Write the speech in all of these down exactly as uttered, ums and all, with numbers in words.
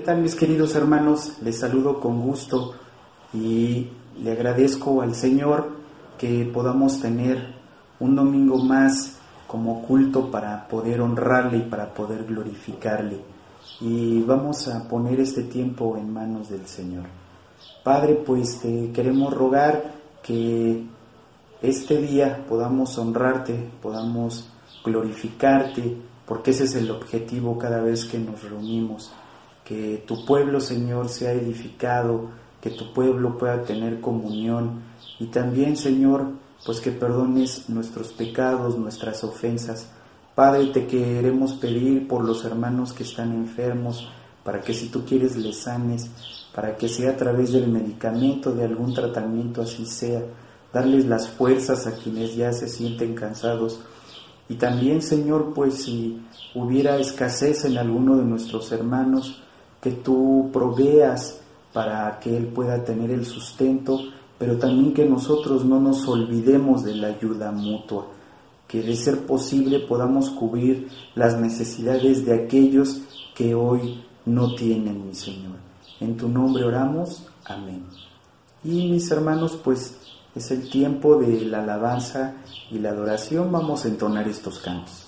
tal, mis queridos hermanos? Les saludo con gusto y le agradezco al Señor que podamos tener un domingo más como culto para poder honrarle y para poder glorificarle. Y vamos a poner este tiempo en manos del Señor. Padre, pues te queremos rogar que este día podamos honrarte, podamos glorificarte, porque ese es el objetivo cada vez que nos reunimos. Que tu pueblo, Señor, sea edificado, que tu pueblo pueda tener comunión y también, Señor, pues que perdones nuestros pecados, nuestras ofensas. Padre, te queremos pedir por los hermanos que están enfermos, para que si tú quieres les sanes, para que sea a través del medicamento, de algún tratamiento, así sea, darles las fuerzas a quienes ya se sienten cansados. Y también, Señor, pues si hubiera escasez en alguno de nuestros hermanos, que tú proveas para que él pueda tener el sustento, pero también que nosotros no nos olvidemos de la ayuda mutua, que de ser posible podamos cubrir las necesidades de aquellos que hoy no tienen, mi Señor. En tu nombre oramos, amén. Y mis hermanos, pues es el tiempo de la alabanza y la adoración. Vamos a entonar estos cantos.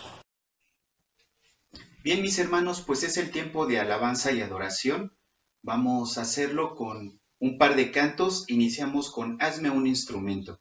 Bien, mis hermanos, pues es el tiempo de alabanza y adoración. Vamos a hacerlo con un par de cantos. Iniciamos con Hazme un instrumento.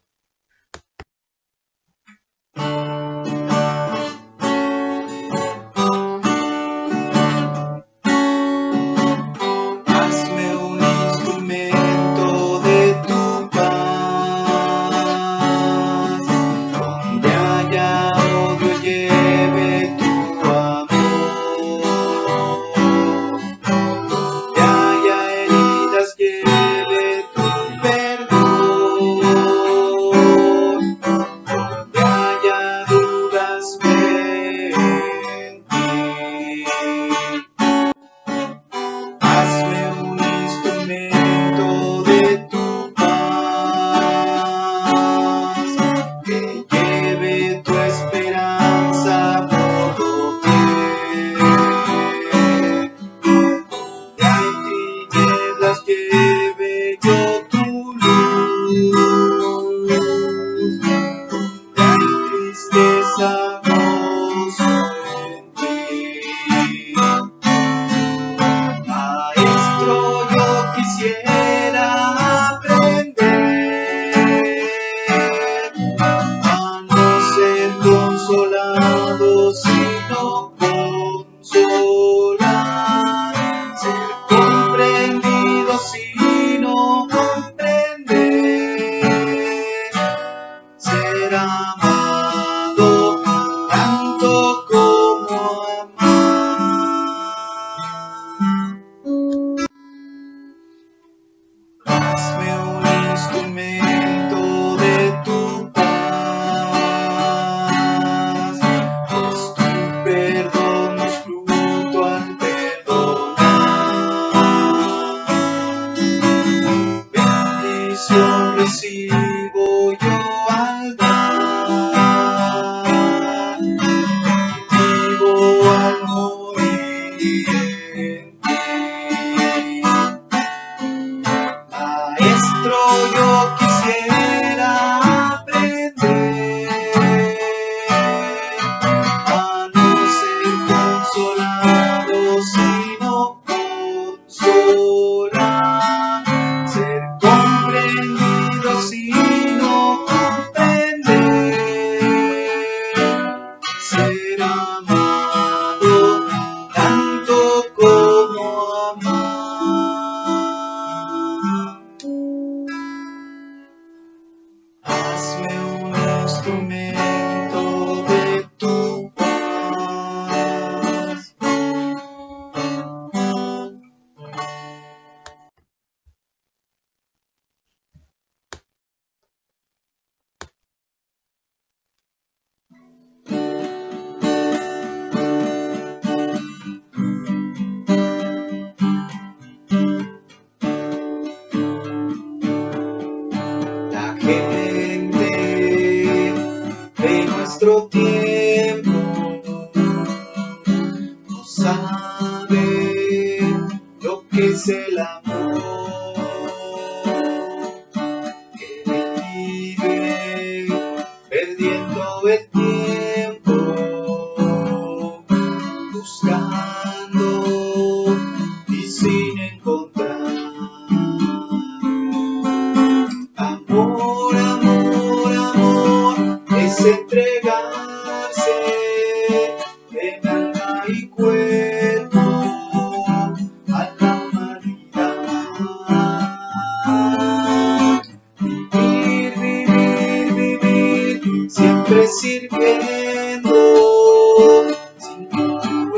sirviendo sin que tú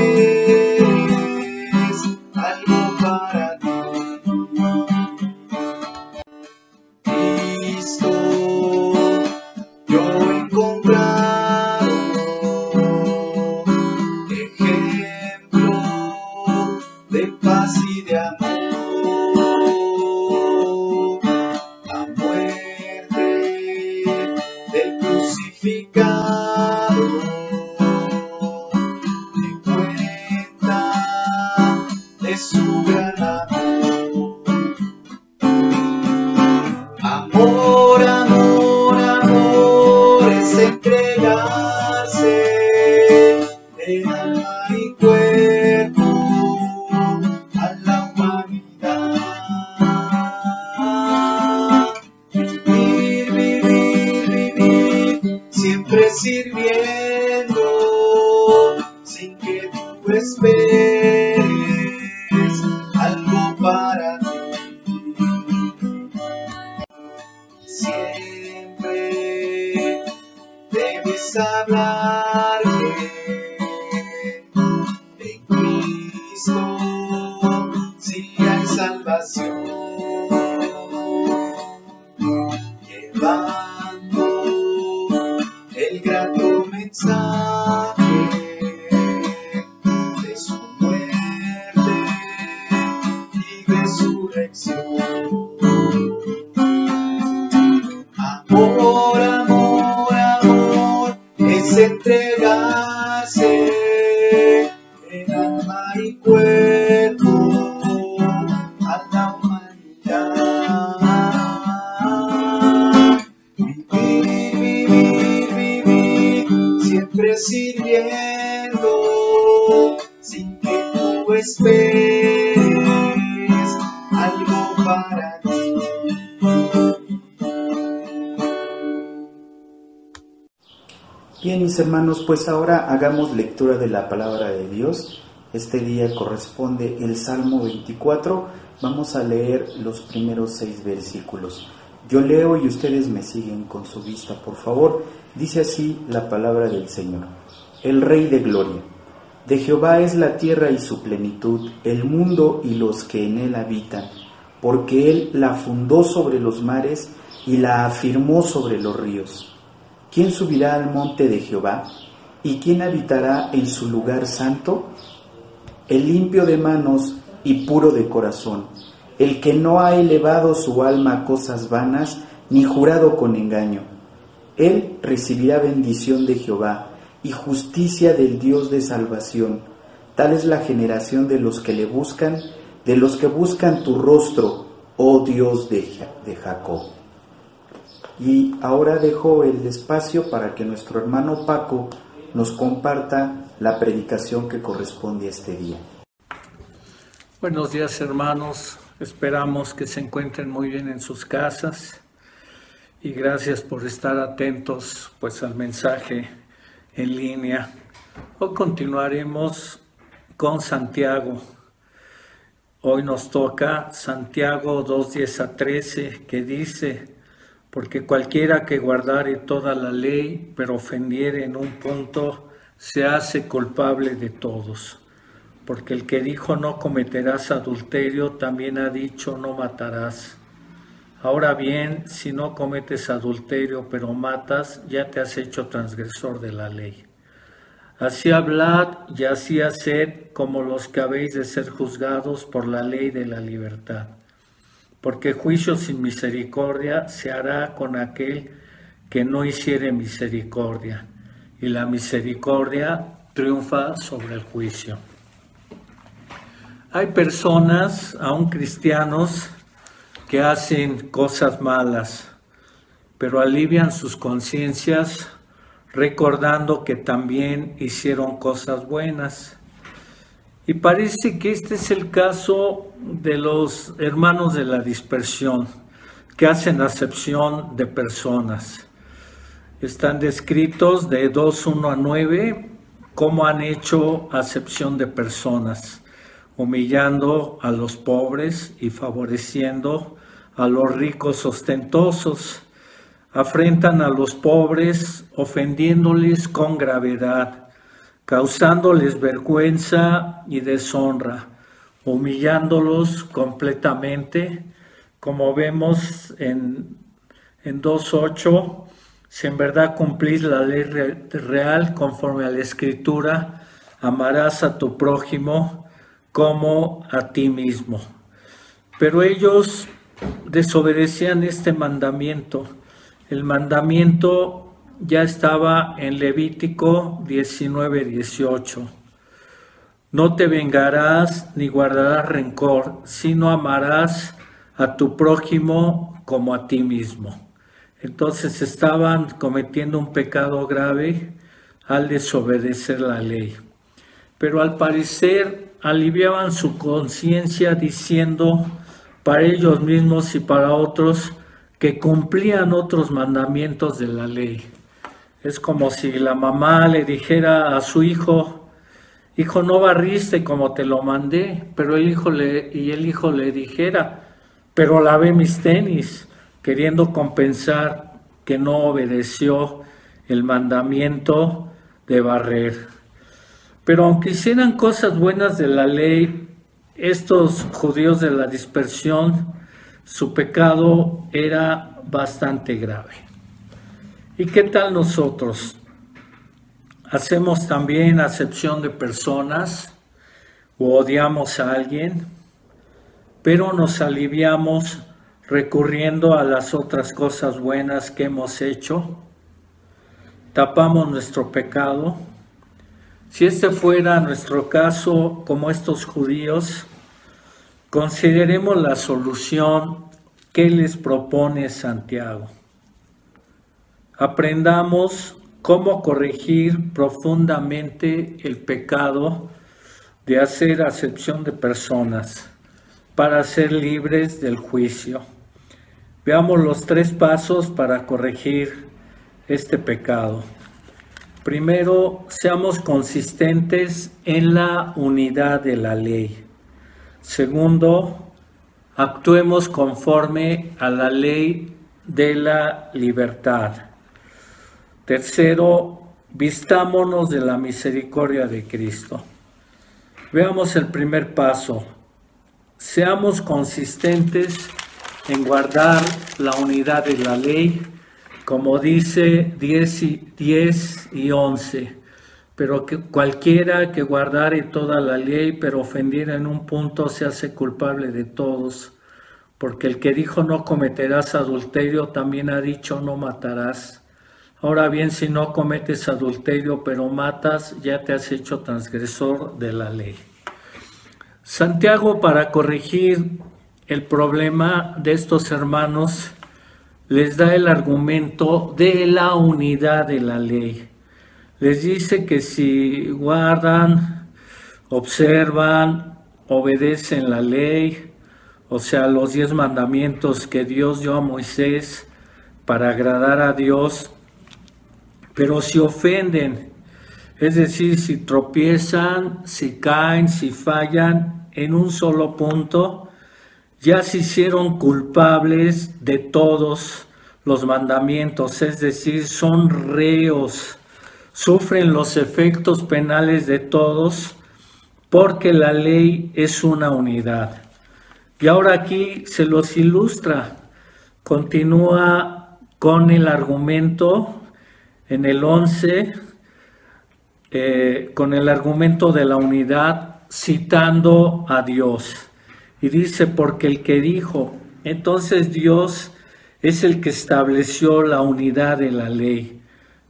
esperes algo para ti. Cristo, yo he encontrado ejemplo de paz y de amor. La muerte del crucificado me cuenta de su gran amor. Amor, amor, amor es entregarse en alma y cuerpo a la humanidad. Vivir, vivir, vivir, siempre sirviendo sin que tú esperes algo para ti. Siempre debes hablar que en Cristo sí hay salvación, llevando el grato mensaje de su muerte y resurrección. Amor, amor, amor es entregarse en alma y cuerpo a la humanidad. Vivir, vivir, vivir, siempre sirviendo sin que tú esperes algo para ti. Bien, mis hermanos, pues ahora hagamos lectura de la palabra de Dios. Este día corresponde el Salmo veinticuatro. Vamos a leer los primeros seis versículos. Yo leo y ustedes me siguen con su vista, por favor. Dice así la palabra del Señor. El Rey de Gloria. De Jehová es la tierra y su plenitud, el mundo y los que en él habitan, porque él la fundó sobre los mares y la afirmó sobre los ríos. ¿Quién subirá al monte de Jehová? ¿Y quién habitará en su lugar santo? El limpio de manos y puro de corazón, el que no ha elevado su alma a cosas vanas, ni jurado con engaño. Él recibirá bendición de Jehová y justicia del Dios de salvación. Tal es la generación de los que le buscan, de los que buscan tu rostro, oh Dios de, de Jacob. Y ahora dejo el espacio para que nuestro hermano Paco nos comparta la predicación que corresponde a este día. Buenos días, hermanos. Esperamos que se encuentren muy bien en sus casas y gracias por estar atentos pues al mensaje en línea. Hoy continuaremos con Santiago. Hoy nos toca Santiago dos, diez a trece, que dice: porque cualquiera que guardare toda la ley, pero ofendiere en un punto, se hace culpable de todos. Porque el que dijo no cometerás adulterio, también ha dicho no matarás. Ahora bien, si no cometes adulterio, pero matas, ya te has hecho transgresor de la ley. Así hablad y así haced como los que habéis de ser juzgados por la ley de la libertad. Porque juicio sin misericordia se hará con aquel que no hiciere misericordia, y la misericordia triunfa sobre el juicio. Hay personas, aún cristianos, que hacen cosas malas, pero alivian sus conciencias recordando que también hicieron cosas buenas. Y parece que este es el caso de los hermanos de la dispersión, que hacen acepción de personas. Están descritos de dos, uno a nueve, cómo han hecho acepción de personas, humillando a los pobres y favoreciendo a los ricos ostentosos, afrentan a los pobres, ofendiéndoles con gravedad, causándoles vergüenza y deshonra, humillándolos completamente, como vemos en, en dos ocho, si en verdad cumplís la ley real conforme a la Escritura, amarás a tu prójimo como a ti mismo. Pero ellos desobedecían este mandamiento. El mandamiento ya estaba en Levítico diecinueve dieciocho. No te vengarás ni guardarás rencor, sino amarás a tu prójimo como a ti mismo. Entonces estaban cometiendo un pecado grave al desobedecer la ley. Pero al parecer aliviaban su conciencia diciendo para ellos mismos y para otros que cumplían otros mandamientos de la ley. Es como si la mamá le dijera a su hijo: hijo, no barriste como te lo mandé, pero el hijo le, y el hijo le dijera: pero lavé mis tenis, queriendo compensar que no obedeció el mandamiento de barrer. Pero aunque hicieran cosas buenas de la ley, estos judíos de la dispersión, su pecado era bastante grave. ¿Y qué tal nosotros? ¿Hacemos también acepción de personas o odiamos a alguien, pero nos aliviamos recurriendo a las otras cosas buenas que hemos hecho? ¿Tapamos nuestro pecado? Si este fuera nuestro caso, como estos judíos, consideremos la solución que les propone Santiago. Aprendamos cómo corregir profundamente el pecado de hacer acepción de personas para ser libres del juicio. Veamos los tres pasos para corregir este pecado. Primero, seamos consistentes en la unidad de la ley. Segundo, actuemos conforme a la ley de la libertad. Tercero, vistámonos de la misericordia de Cristo. Veamos el primer paso. Seamos consistentes en guardar la unidad de la ley, como dice diez y once. Pero que cualquiera que guardare toda la ley, pero ofendiera en un punto, se hace culpable de todos. Porque el que dijo no cometerás adulterio, también ha dicho no matarás. Ahora bien, si no cometes adulterio, pero matas, ya te has hecho transgresor de la ley. Santiago, para corregir el problema de estos hermanos, les da el argumento de la unidad de la ley. Les dice que si guardan, observan, obedecen la ley, o sea, los diez mandamientos que Dios dio a Moisés para agradar a Dios, pero si ofenden, es decir, si tropiezan, si caen, si fallan en un solo punto, ya se hicieron culpables de todos los mandamientos, es decir, son reos, sufren los efectos penales de todos, porque la ley es una unidad. Y ahora aquí se los ilustra, continúa con el argumento en el once, eh, con el argumento de la unidad, citando a Dios. Y dice, porque el que dijo, entonces Dios es el que estableció la unidad de la ley.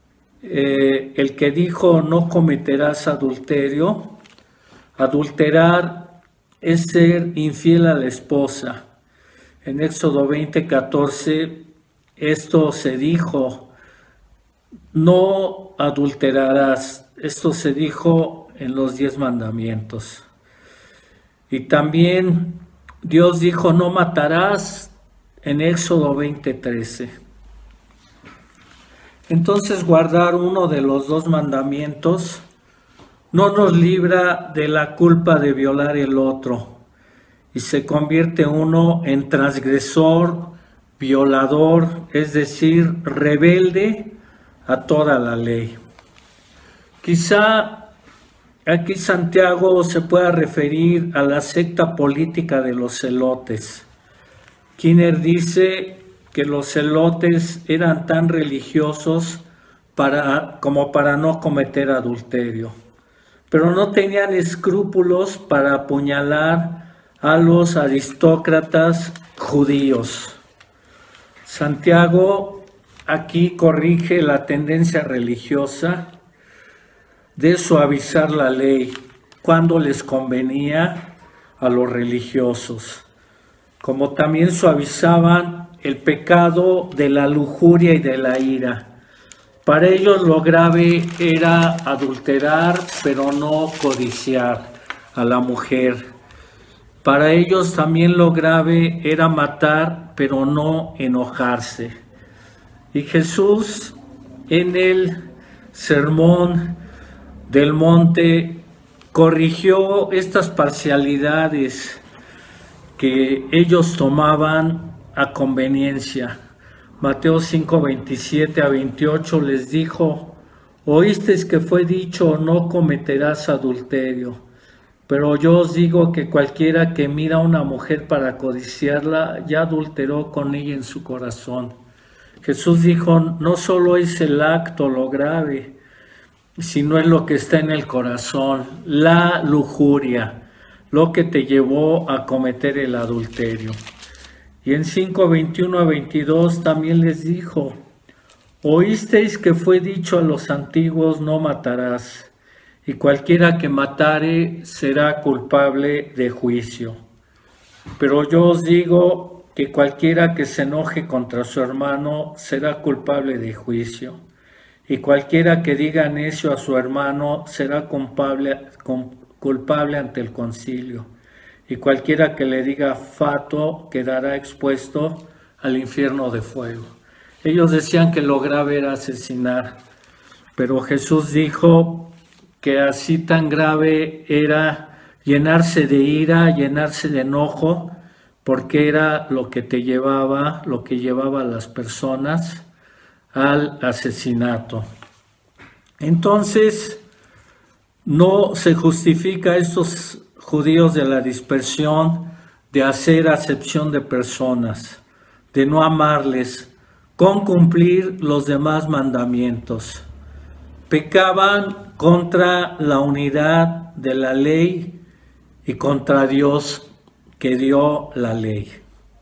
Eh, el que dijo, no cometerás adulterio. Adulterar es ser infiel a la esposa. En Éxodo veinte, catorce, esto se dijo, no adulterarás. Esto se dijo en los diez mandamientos. Y también Dios dijo, no matarás, en Éxodo veinte, trece. Entonces, guardar uno de los dos mandamientos no nos libra de la culpa de violar el otro, y se convierte uno en transgresor violador, es decir, rebelde a toda la ley. Quizá aquí Santiago se pueda referir a la secta política de los celotes. Kinner dice que los celotes eran tan religiosos para, como para no cometer adulterio, pero no tenían escrúpulos para apuñalar a los aristócratas judíos. Santiago aquí corrige la tendencia religiosa de suavizar la ley cuando les convenía a los religiosos, como también suavizaban el pecado de la lujuria y de la ira. Para ellos lo grave era adulterar, pero no codiciar a la mujer. Para ellos también lo grave era matar, pero no enojarse. Y Jesús en el Sermón del Monte corrigió estas parcialidades que ellos tomaban a conveniencia. Mateo cinco, veintisiete a veintiocho les dijo: oísteis que fue dicho, no cometerás adulterio, pero yo os digo que cualquiera que mira a una mujer para codiciarla, ya adulteró con ella en su corazón. Jesús dijo: no solo es el acto lo grave, sino es lo que está en el corazón, la lujuria, lo que te llevó a cometer el adulterio. Y en cinco, veintiuno a veintidós también les dijo: oísteis que fue dicho a los antiguos, no matarás, y cualquiera que matare será culpable de juicio. Pero yo os digo que cualquiera que se enoje contra su hermano será culpable de juicio, y cualquiera que diga necio a su hermano será culpable, culpable ante el concilio. Y cualquiera que le diga fato quedará expuesto al infierno de fuego. Ellos decían que lo grave era asesinar, pero Jesús dijo que así tan grave era llenarse de ira, llenarse de enojo, porque era lo que te llevaba, lo que llevaba a las personas al asesinato. Entonces, no se justifica estos judíos de la dispersión de hacer acepción de personas, de no amarles, con cumplir los demás mandamientos. Pecaban contra la unidad de la ley y contra Dios que dio la ley.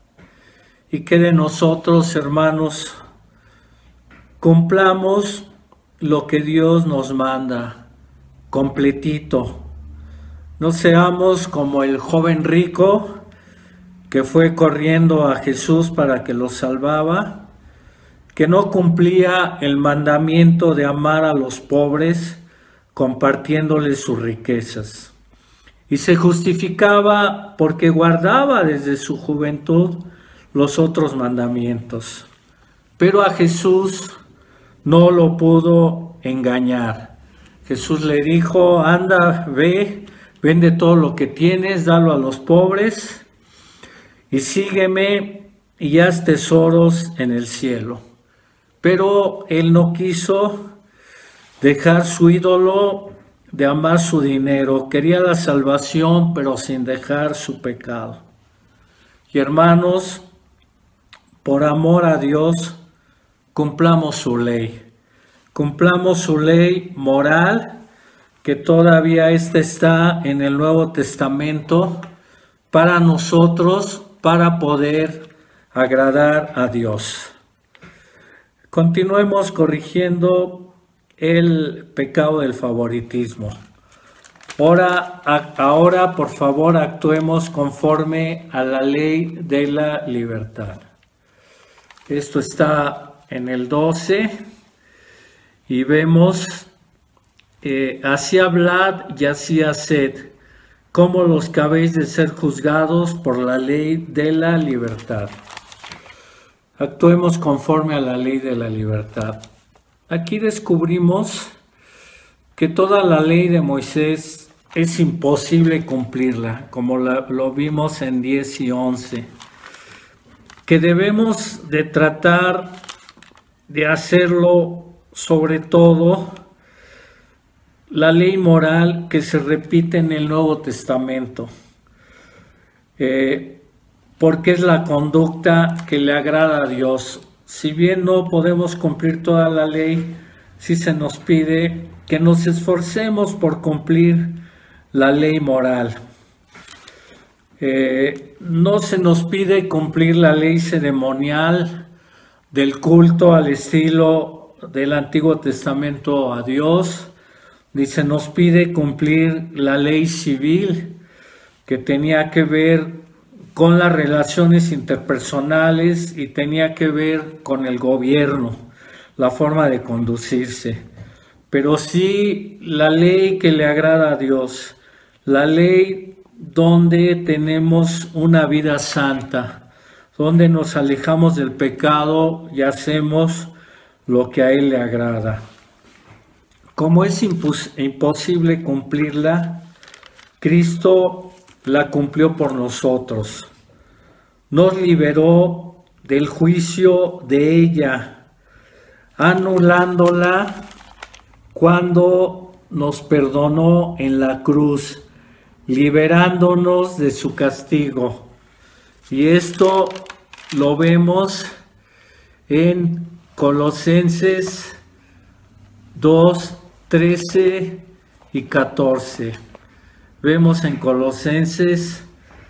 Y que de nosotros, hermanos, cumplamos lo que Dios nos manda, completito. No seamos como el joven rico que fue corriendo a Jesús para que lo salvaba, que no cumplía el mandamiento de amar a los pobres compartiéndoles sus riquezas. Y se justificaba porque guardaba desde su juventud los otros mandamientos. Pero a Jesús no lo pudo engañar. Jesús le dijo: anda, ve, vende todo lo que tienes, dalo a los pobres y sígueme y haz tesoros en el cielo. Pero él no quiso dejar su ídolo de amar su dinero. Quería la salvación, pero sin dejar su pecado. Y hermanos, por amor a Dios, cumplamos su ley. Cumplamos su ley moral, que todavía esta está en el Nuevo Testamento, para nosotros, para poder agradar a Dios. Continuemos corrigiendo el pecado del favoritismo. Ahora, ahora, por favor, actuemos conforme a la ley de la libertad. Esto está en el doce y vemos: eh, así hablad y así haced, como los que habéis de ser juzgados por la ley de la libertad. Actuemos conforme a la ley de la libertad. Aquí descubrimos que toda la ley de Moisés es imposible cumplirla, como la, lo vimos en diez y once. que debemos de tratar de hacerlo sobre todo la ley moral que se repite en el Nuevo Testamento, eh, porque es la conducta que le agrada a Dios. Si bien no podemos cumplir toda la ley, sí se nos pide que nos esforcemos por cumplir la ley moral. Eh, no se nos pide cumplir la ley ceremonial del culto al estilo del Antiguo Testamento a Dios, ni se nos pide cumplir la ley civil que tenía que ver con las relaciones interpersonales y tenía que ver con el gobierno, la forma de conducirse. Pero sí la ley que le agrada a Dios, la ley donde tenemos una vida santa, donde nos alejamos del pecado y hacemos lo que a Él le agrada. Como es impos- imposible cumplirla, Cristo la cumplió por nosotros. Nos liberó del juicio de ella, anulándola cuando nos perdonó en la cruz, liberándonos de su castigo. Y esto lo vemos en Colosenses dos, trece y catorce. Vemos en Colosenses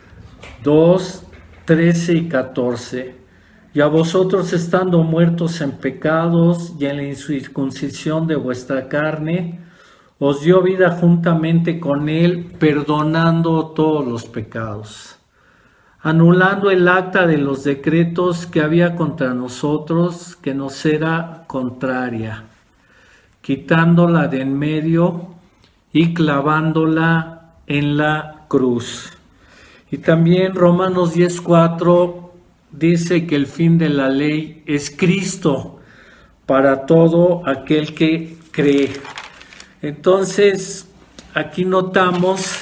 dos, trece y catorce. Y a vosotros, estando muertos en pecados y en la incircuncisión de vuestra carne, os dio vida juntamente con Él, perdonando todos los pecados, anulando el acta de los decretos que había contra nosotros, que nos era contraria, quitándola de en medio y clavándola en la cruz. Y también Romanos diez, cuatro dice que el fin de la ley es Cristo para todo aquel que cree. Entonces, aquí notamos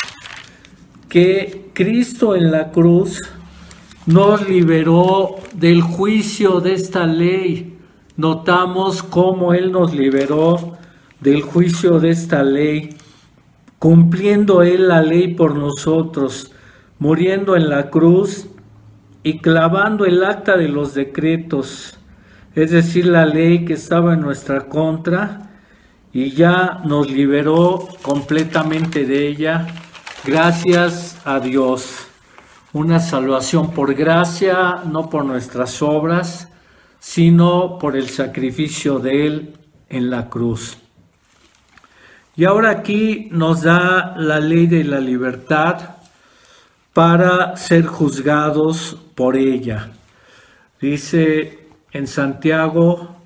que Cristo en la cruz nos liberó del juicio de esta ley. Notamos cómo Él nos liberó del juicio de esta ley, cumpliendo Él la ley por nosotros, muriendo en la cruz y clavando el acta de los decretos, es decir, la ley que estaba en nuestra contra, y ya nos liberó completamente de ella, gracias a Dios. Una salvación por gracia, no por nuestras obras, sino por el sacrificio de Él en la cruz. Y ahora aquí nos da la ley de la libertad para ser juzgados por ella. Dice en Santiago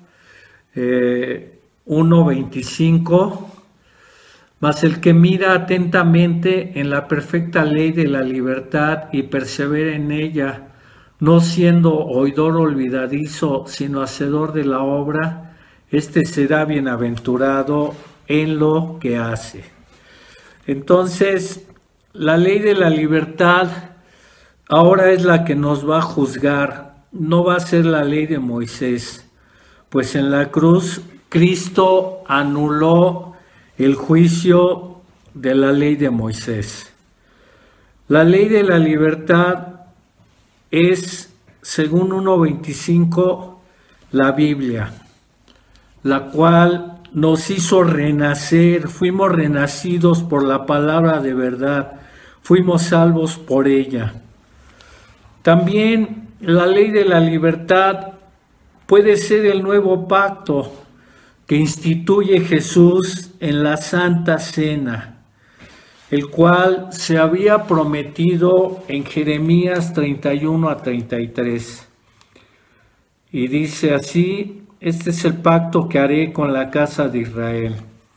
eh, uno veinticinco, mas el que mira atentamente en la perfecta ley de la libertad y persevera en ella, no siendo oidor olvidadizo, sino hacedor de la obra, este será bienaventurado en lo que hace. Entonces, la ley de la libertad ahora es la que nos va a juzgar, no va a ser la ley de Moisés, pues en la cruz Cristo anuló el juicio de la ley de Moisés. La ley de la libertad es, según uno veinticinco, la Biblia, la cual nos hizo renacer, fuimos renacidos por la palabra de verdad, fuimos salvos por ella. También la ley de la libertad puede ser el nuevo pacto que instituye Jesús en la Santa Cena, el cual se había prometido en Jeremías treinta y uno a treinta y tres. Y dice así: este es el pacto que haré con la casa de Israel.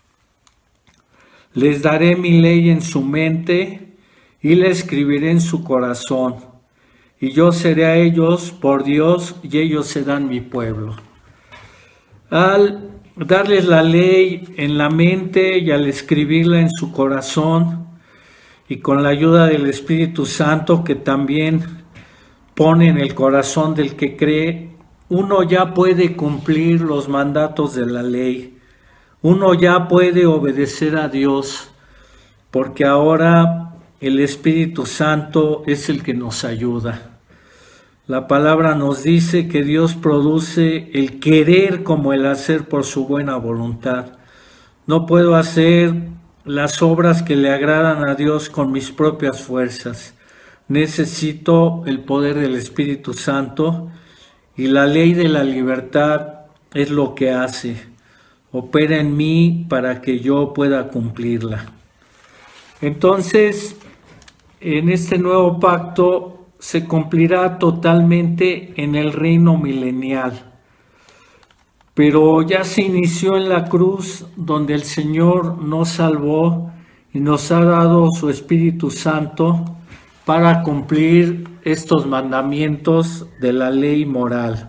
Les daré mi ley en su mente y la escribiré en su corazón. Y yo seré a ellos por Dios y ellos serán mi pueblo. Al darles la ley en la mente y al escribirla en su corazón, y con la ayuda del Espíritu Santo que también pone en el corazón del que cree, uno ya puede cumplir los mandatos de la ley, uno ya puede obedecer a Dios, porque ahora el Espíritu Santo es el que nos ayuda. La palabra nos dice que Dios produce el querer como el hacer por su buena voluntad. No puedo hacer las obras que le agradan a Dios con mis propias fuerzas. Necesito el poder del Espíritu Santo y la ley de la libertad es lo que hace. Opera en mí para que yo pueda cumplirla. Entonces, en este nuevo pacto se cumplirá totalmente en el reino milenial. Pero ya se inició en la cruz, donde el Señor nos salvó y nos ha dado su Espíritu Santo para cumplir estos mandamientos de la ley moral.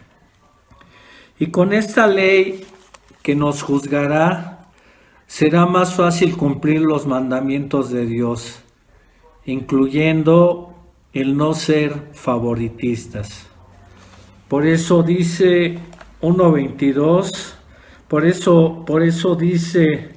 Y con esta ley que nos juzgará, será más fácil cumplir los mandamientos de Dios, incluyendo el no ser favoritistas. Por eso dice uno veintidós, por eso, por eso dice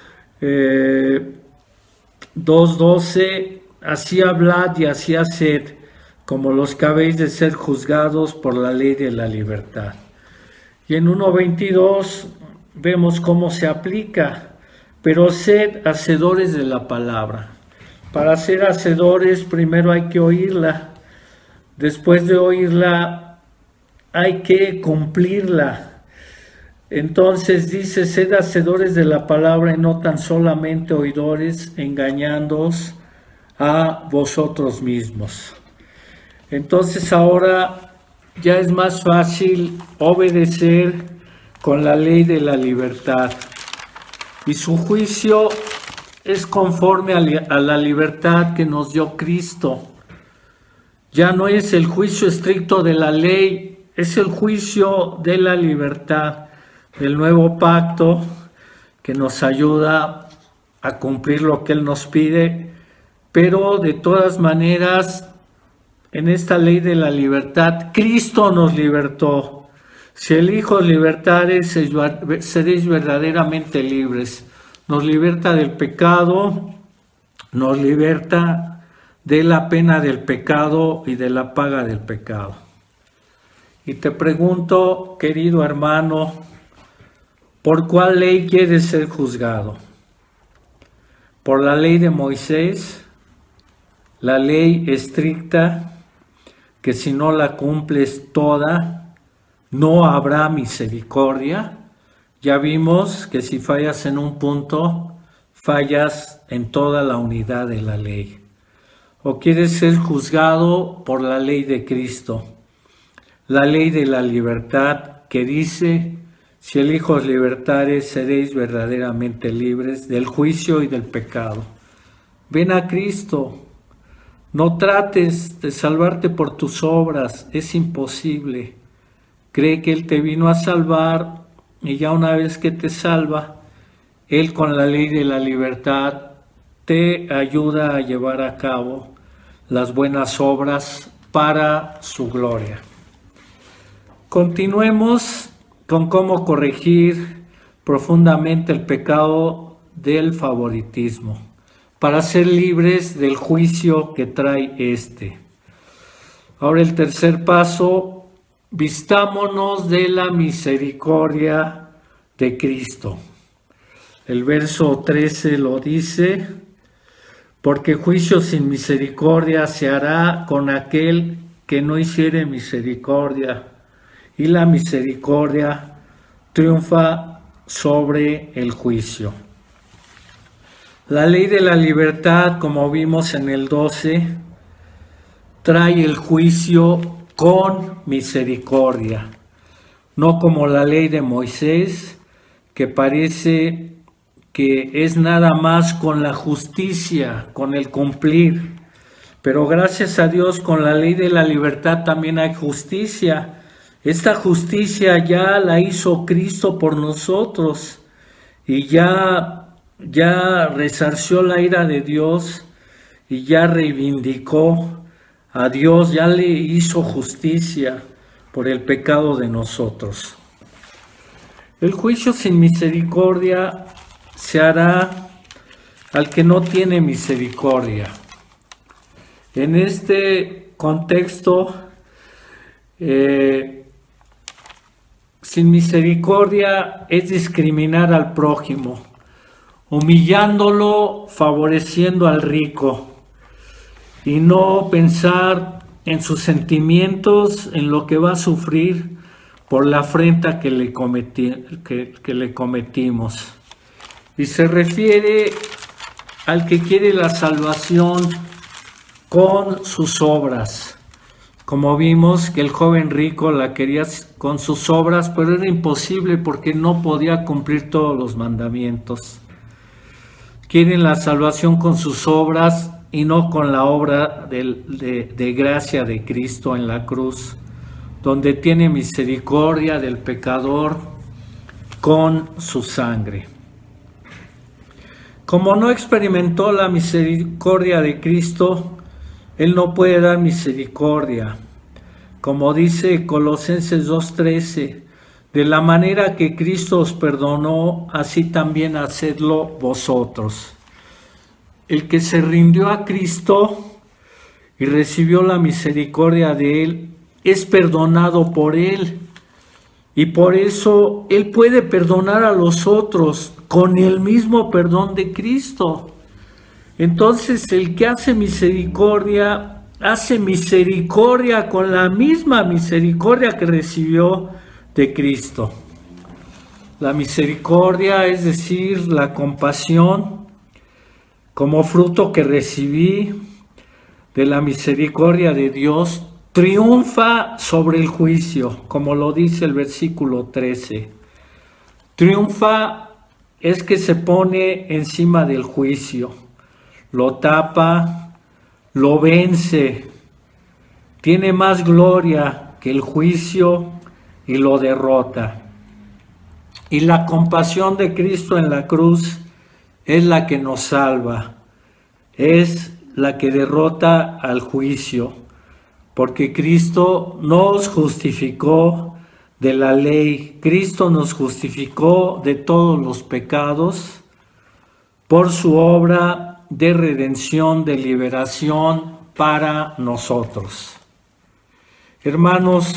eh, dos doce, así hablad y así haced, como los que habéis de ser juzgados por la ley de la libertad. Y en uno veintidós vemos cómo se aplica, pero sed hacedores de la palabra. Para ser hacedores primero hay que oírla, después de oírla hay que cumplirla. Entonces dice, sed hacedores de la palabra y no tan solamente oidores, engañándoos a vosotros mismos. Entonces ahora ya es más fácil obedecer con la ley de la libertad. Y su juicio es conforme a la libertad que nos dio Cristo. Ya no es el juicio estricto de la ley, es el juicio de la libertad, del nuevo pacto que nos ayuda a cumplir lo que Él nos pide, pero de todas maneras, en esta ley de la libertad, Cristo nos libertó. Si el Hijo libertares, seréis verdaderamente libres. Nos liberta del pecado, nos liberta de la pena del pecado y de la paga del pecado. Y te pregunto, querido hermano, ¿por cuál ley quieres ser juzgado? ¿Por la ley de Moisés? La ley estricta, que si no la cumples toda, no habrá misericordia. Ya vimos que si fallas en un punto, fallas en toda la unidad de la ley. ¿O quieres ser juzgado por la ley de Cristo? La ley de la libertad que dice, si el Hijo os libertares, seréis verdaderamente libres del juicio y del pecado. Ven a Cristo. No trates de salvarte por tus obras, es imposible. Cree que Él te vino a salvar y ya una vez que te salva, Él con la ley de la libertad te ayuda a llevar a cabo las buenas obras para su gloria. Continuemos con cómo corregir profundamente el pecado del favoritismo, para ser libres del juicio que trae este. Ahora el tercer paso, vistámonos de la misericordia de Cristo. El verso trece lo dice, porque juicio sin misericordia se hará con aquel que no hiciere misericordia, y la misericordia triunfa sobre el juicio. La ley de la libertad, como vimos en el doce, trae el juicio con misericordia, no como la ley de Moisés, que parece que es nada más con la justicia, con el cumplir. Pero gracias a Dios, con la ley de la libertad también hay justicia. Esta justicia ya la hizo Cristo por nosotros y ya, ya resarció la ira de Dios y ya reivindicó a Dios, ya le hizo justicia por el pecado de nosotros. El juicio sin misericordia se hará al que no tiene misericordia. En este contexto, eh, sin misericordia es discriminar al prójimo, humillándolo, favoreciendo al rico, y no pensar en sus sentimientos, en lo que va a sufrir por la afrenta que le, cometí, que, que le cometimos. Y se refiere al que quiere la salvación con sus obras. Como vimos que el joven rico la quería con sus obras, pero era imposible porque no podía cumplir todos los mandamientos. Quieren la salvación con sus obras y no con la obra de, de, de gracia de Cristo en la cruz, donde tiene misericordia del pecador con su sangre. Como no experimentó la misericordia de Cristo, Él no puede dar misericordia. Como dice Colosenses dos trece, de la manera que Cristo os perdonó, así también hacedlo vosotros. El que se rindió a Cristo y recibió la misericordia de Él, es perdonado por Él. Y por eso Él puede perdonar a los otros con el mismo perdón de Cristo. Entonces el que hace misericordia, hace misericordia con la misma misericordia que recibió de Cristo. La misericordia, es decir, la compasión, como fruto que recibí de la misericordia de Dios, triunfa sobre el juicio, como lo dice el versículo trece. Triunfa es que se pone encima del juicio, lo tapa, lo vence, tiene más gloria que el juicio y lo derrota. Y la compasión de Cristo en la cruz es la que nos salva, es la que derrota al juicio, porque Cristo nos justificó de la ley, Cristo nos justificó de todos los pecados por su obra de redención, de liberación para nosotros. Hermanos,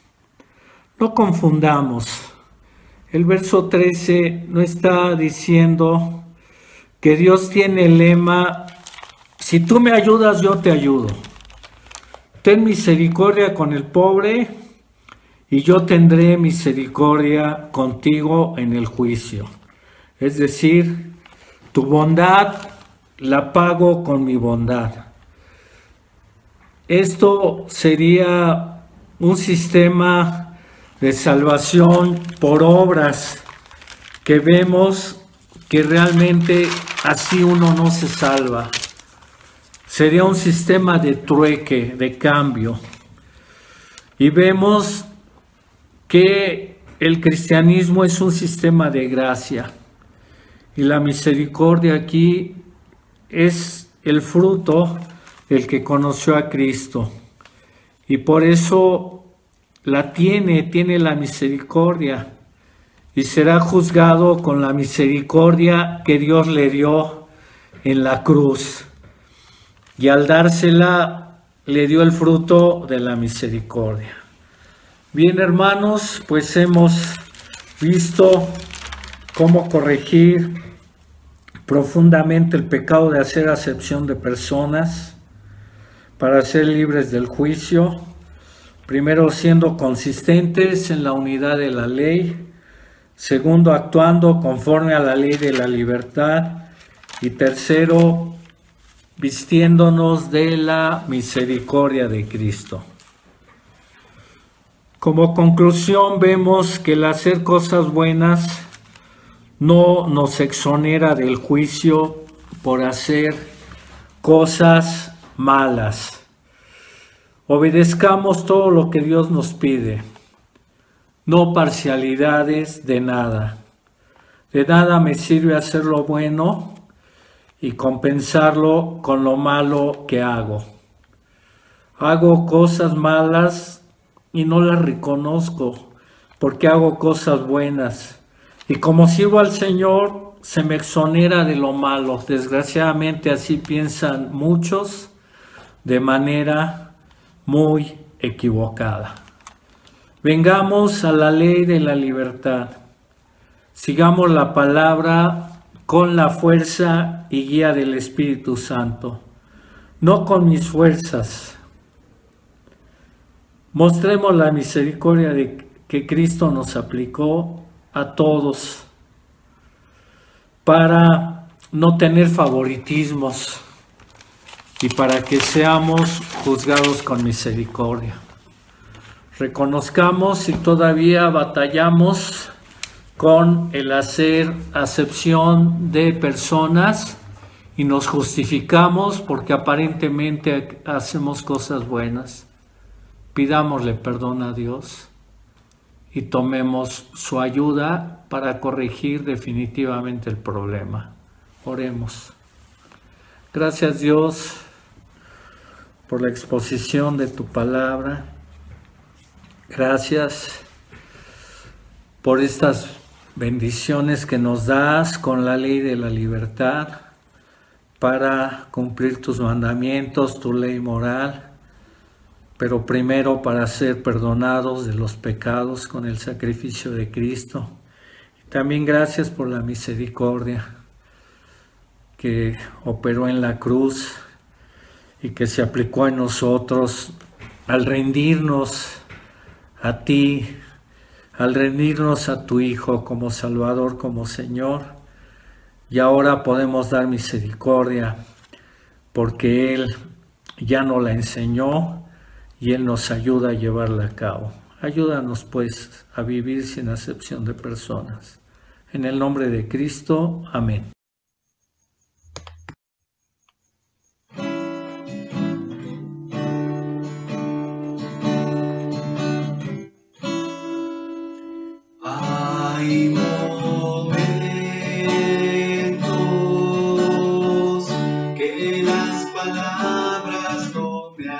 no confundamos. El verso trece no está diciendo que Dios tiene el lema, si tú me ayudas, yo te ayudo. Ten misericordia con el pobre y yo tendré misericordia contigo en el juicio. Es decir, tu bondad la pago con mi bondad. Esto sería un sistema de salvación por obras que vemos que realmente así uno no se salva. Sería un sistema de trueque, de cambio. Y vemos que el cristianismo es un sistema de gracia. Y la misericordia aquí es el fruto del que conoció a Cristo. Y por eso la tiene, tiene la misericordia. Y será juzgado con la misericordia que Dios le dio en la cruz. Y al dársela, le dio el fruto de la misericordia. Bien, hermanos, pues hemos visto cómo corregir profundamente el pecado de hacer acepción de personas para ser libres del juicio. Primero, siendo consistentes en la unidad de la ley. Segundo, actuando conforme a la ley de la libertad. Y tercero, vistiéndonos de la misericordia de Cristo. Como conclusión, vemos que el hacer cosas buenas no nos exonera del juicio por hacer cosas malas. Obedezcamos todo lo que Dios nos pide. No parcialidades de nada. De nada me sirve hacer lo bueno y compensarlo con lo malo que hago. Hago cosas malas y no las reconozco, porque hago cosas buenas. Y como sirvo al Señor, se me exonera de lo malo. Desgraciadamente así piensan muchos de manera muy equivocada. Vengamos a la ley de la libertad. Sigamos la palabra con la fuerza y guía del Espíritu Santo, no con mis fuerzas. Mostremos la misericordia de que Cristo nos aplicó a todos para no tener favoritismos y para que seamos juzgados con misericordia. Reconozcamos si todavía batallamos con el hacer acepción de personas y nos justificamos porque aparentemente hacemos cosas buenas. Pidámosle perdón a Dios y tomemos su ayuda para corregir definitivamente el problema. Oremos. Gracias, Dios, por la exposición de tu palabra. Gracias por estas bendiciones que nos das con la ley de la libertad para cumplir tus mandamientos, tu ley moral, pero primero para ser perdonados de los pecados con el sacrificio de Cristo. También gracias por la misericordia que operó en la cruz y que se aplicó en nosotros al rendirnos a ti, al rendirnos a tu Hijo como Salvador, como Señor. Y ahora podemos dar misericordia porque Él ya nos la enseñó y Él nos ayuda a llevarla a cabo. Ayúdanos pues a vivir sin acepción de personas. En el nombre de Cristo, amén. Hay momentos que las palabras no me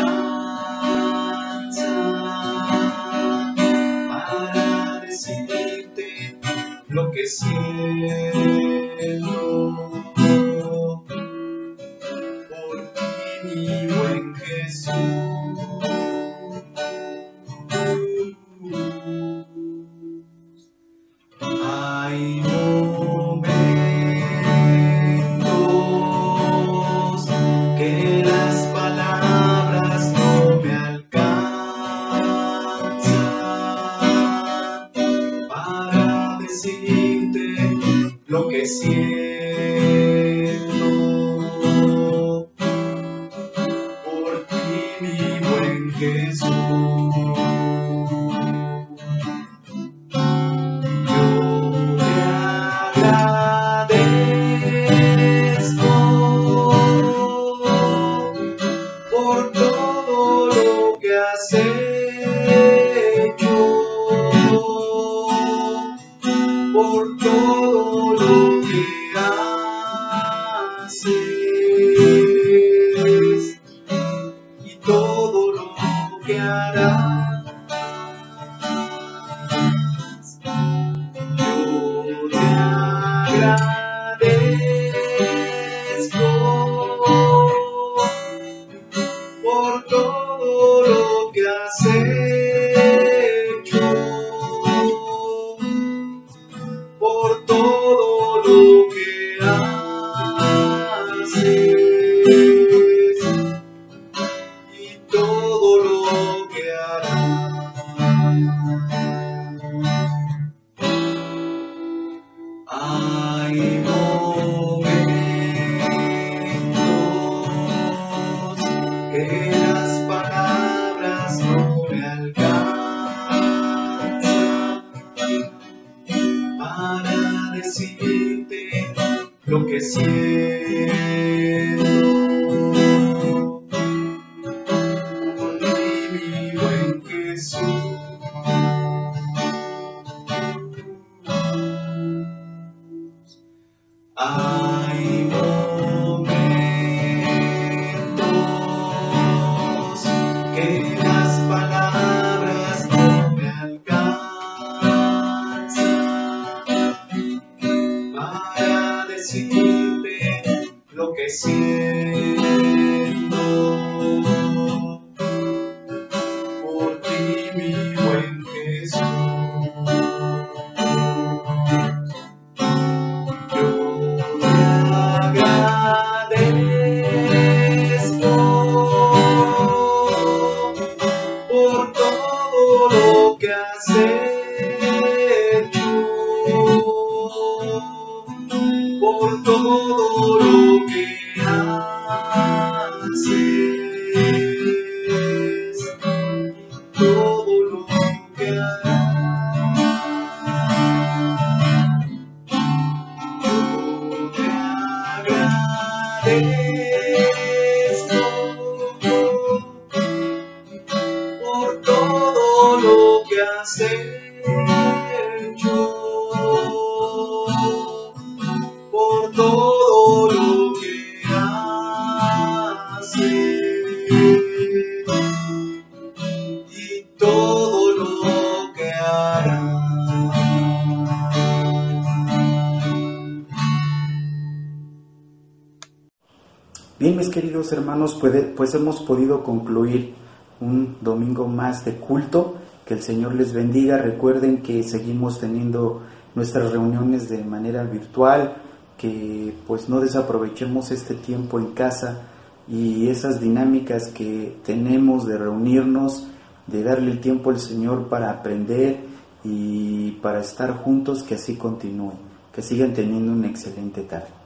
alcanzan para decirte lo que siento por ti, mi buen Jesús. Hay momentos que las palabras no me alcanzan para decirte lo que siento por ti, mi buen Jesús. Por todo lo que haces y todo lo que harás. Yo te agradezco por todo lo que has hecho, por todo lo que haces y todo lo que harás. Hay momentos que las palabras no me alcanzan para decirte lo que siento por ti, mi buen Jesús. Hay momentos que siento por ti, mi buen Jesús. Yo te agradezco por todo lo que has hecho, por todo lo que haces, todo lo que harás. Yo te agradezco por todo lo que has hecho, por todo lo que haces y todo lo que harás. Bien, mis queridos hermanos, puede- pues hemos podido concluir un domingo más de culto. Que el Señor les bendiga. Recuerden que seguimos teniendo nuestras reuniones de manera virtual, que pues no desaprovechemos este tiempo en casa y esas dinámicas que tenemos de reunirnos, de darle el tiempo al Señor para aprender y para estar juntos, que así continúen, que sigan teniendo una excelente tarde.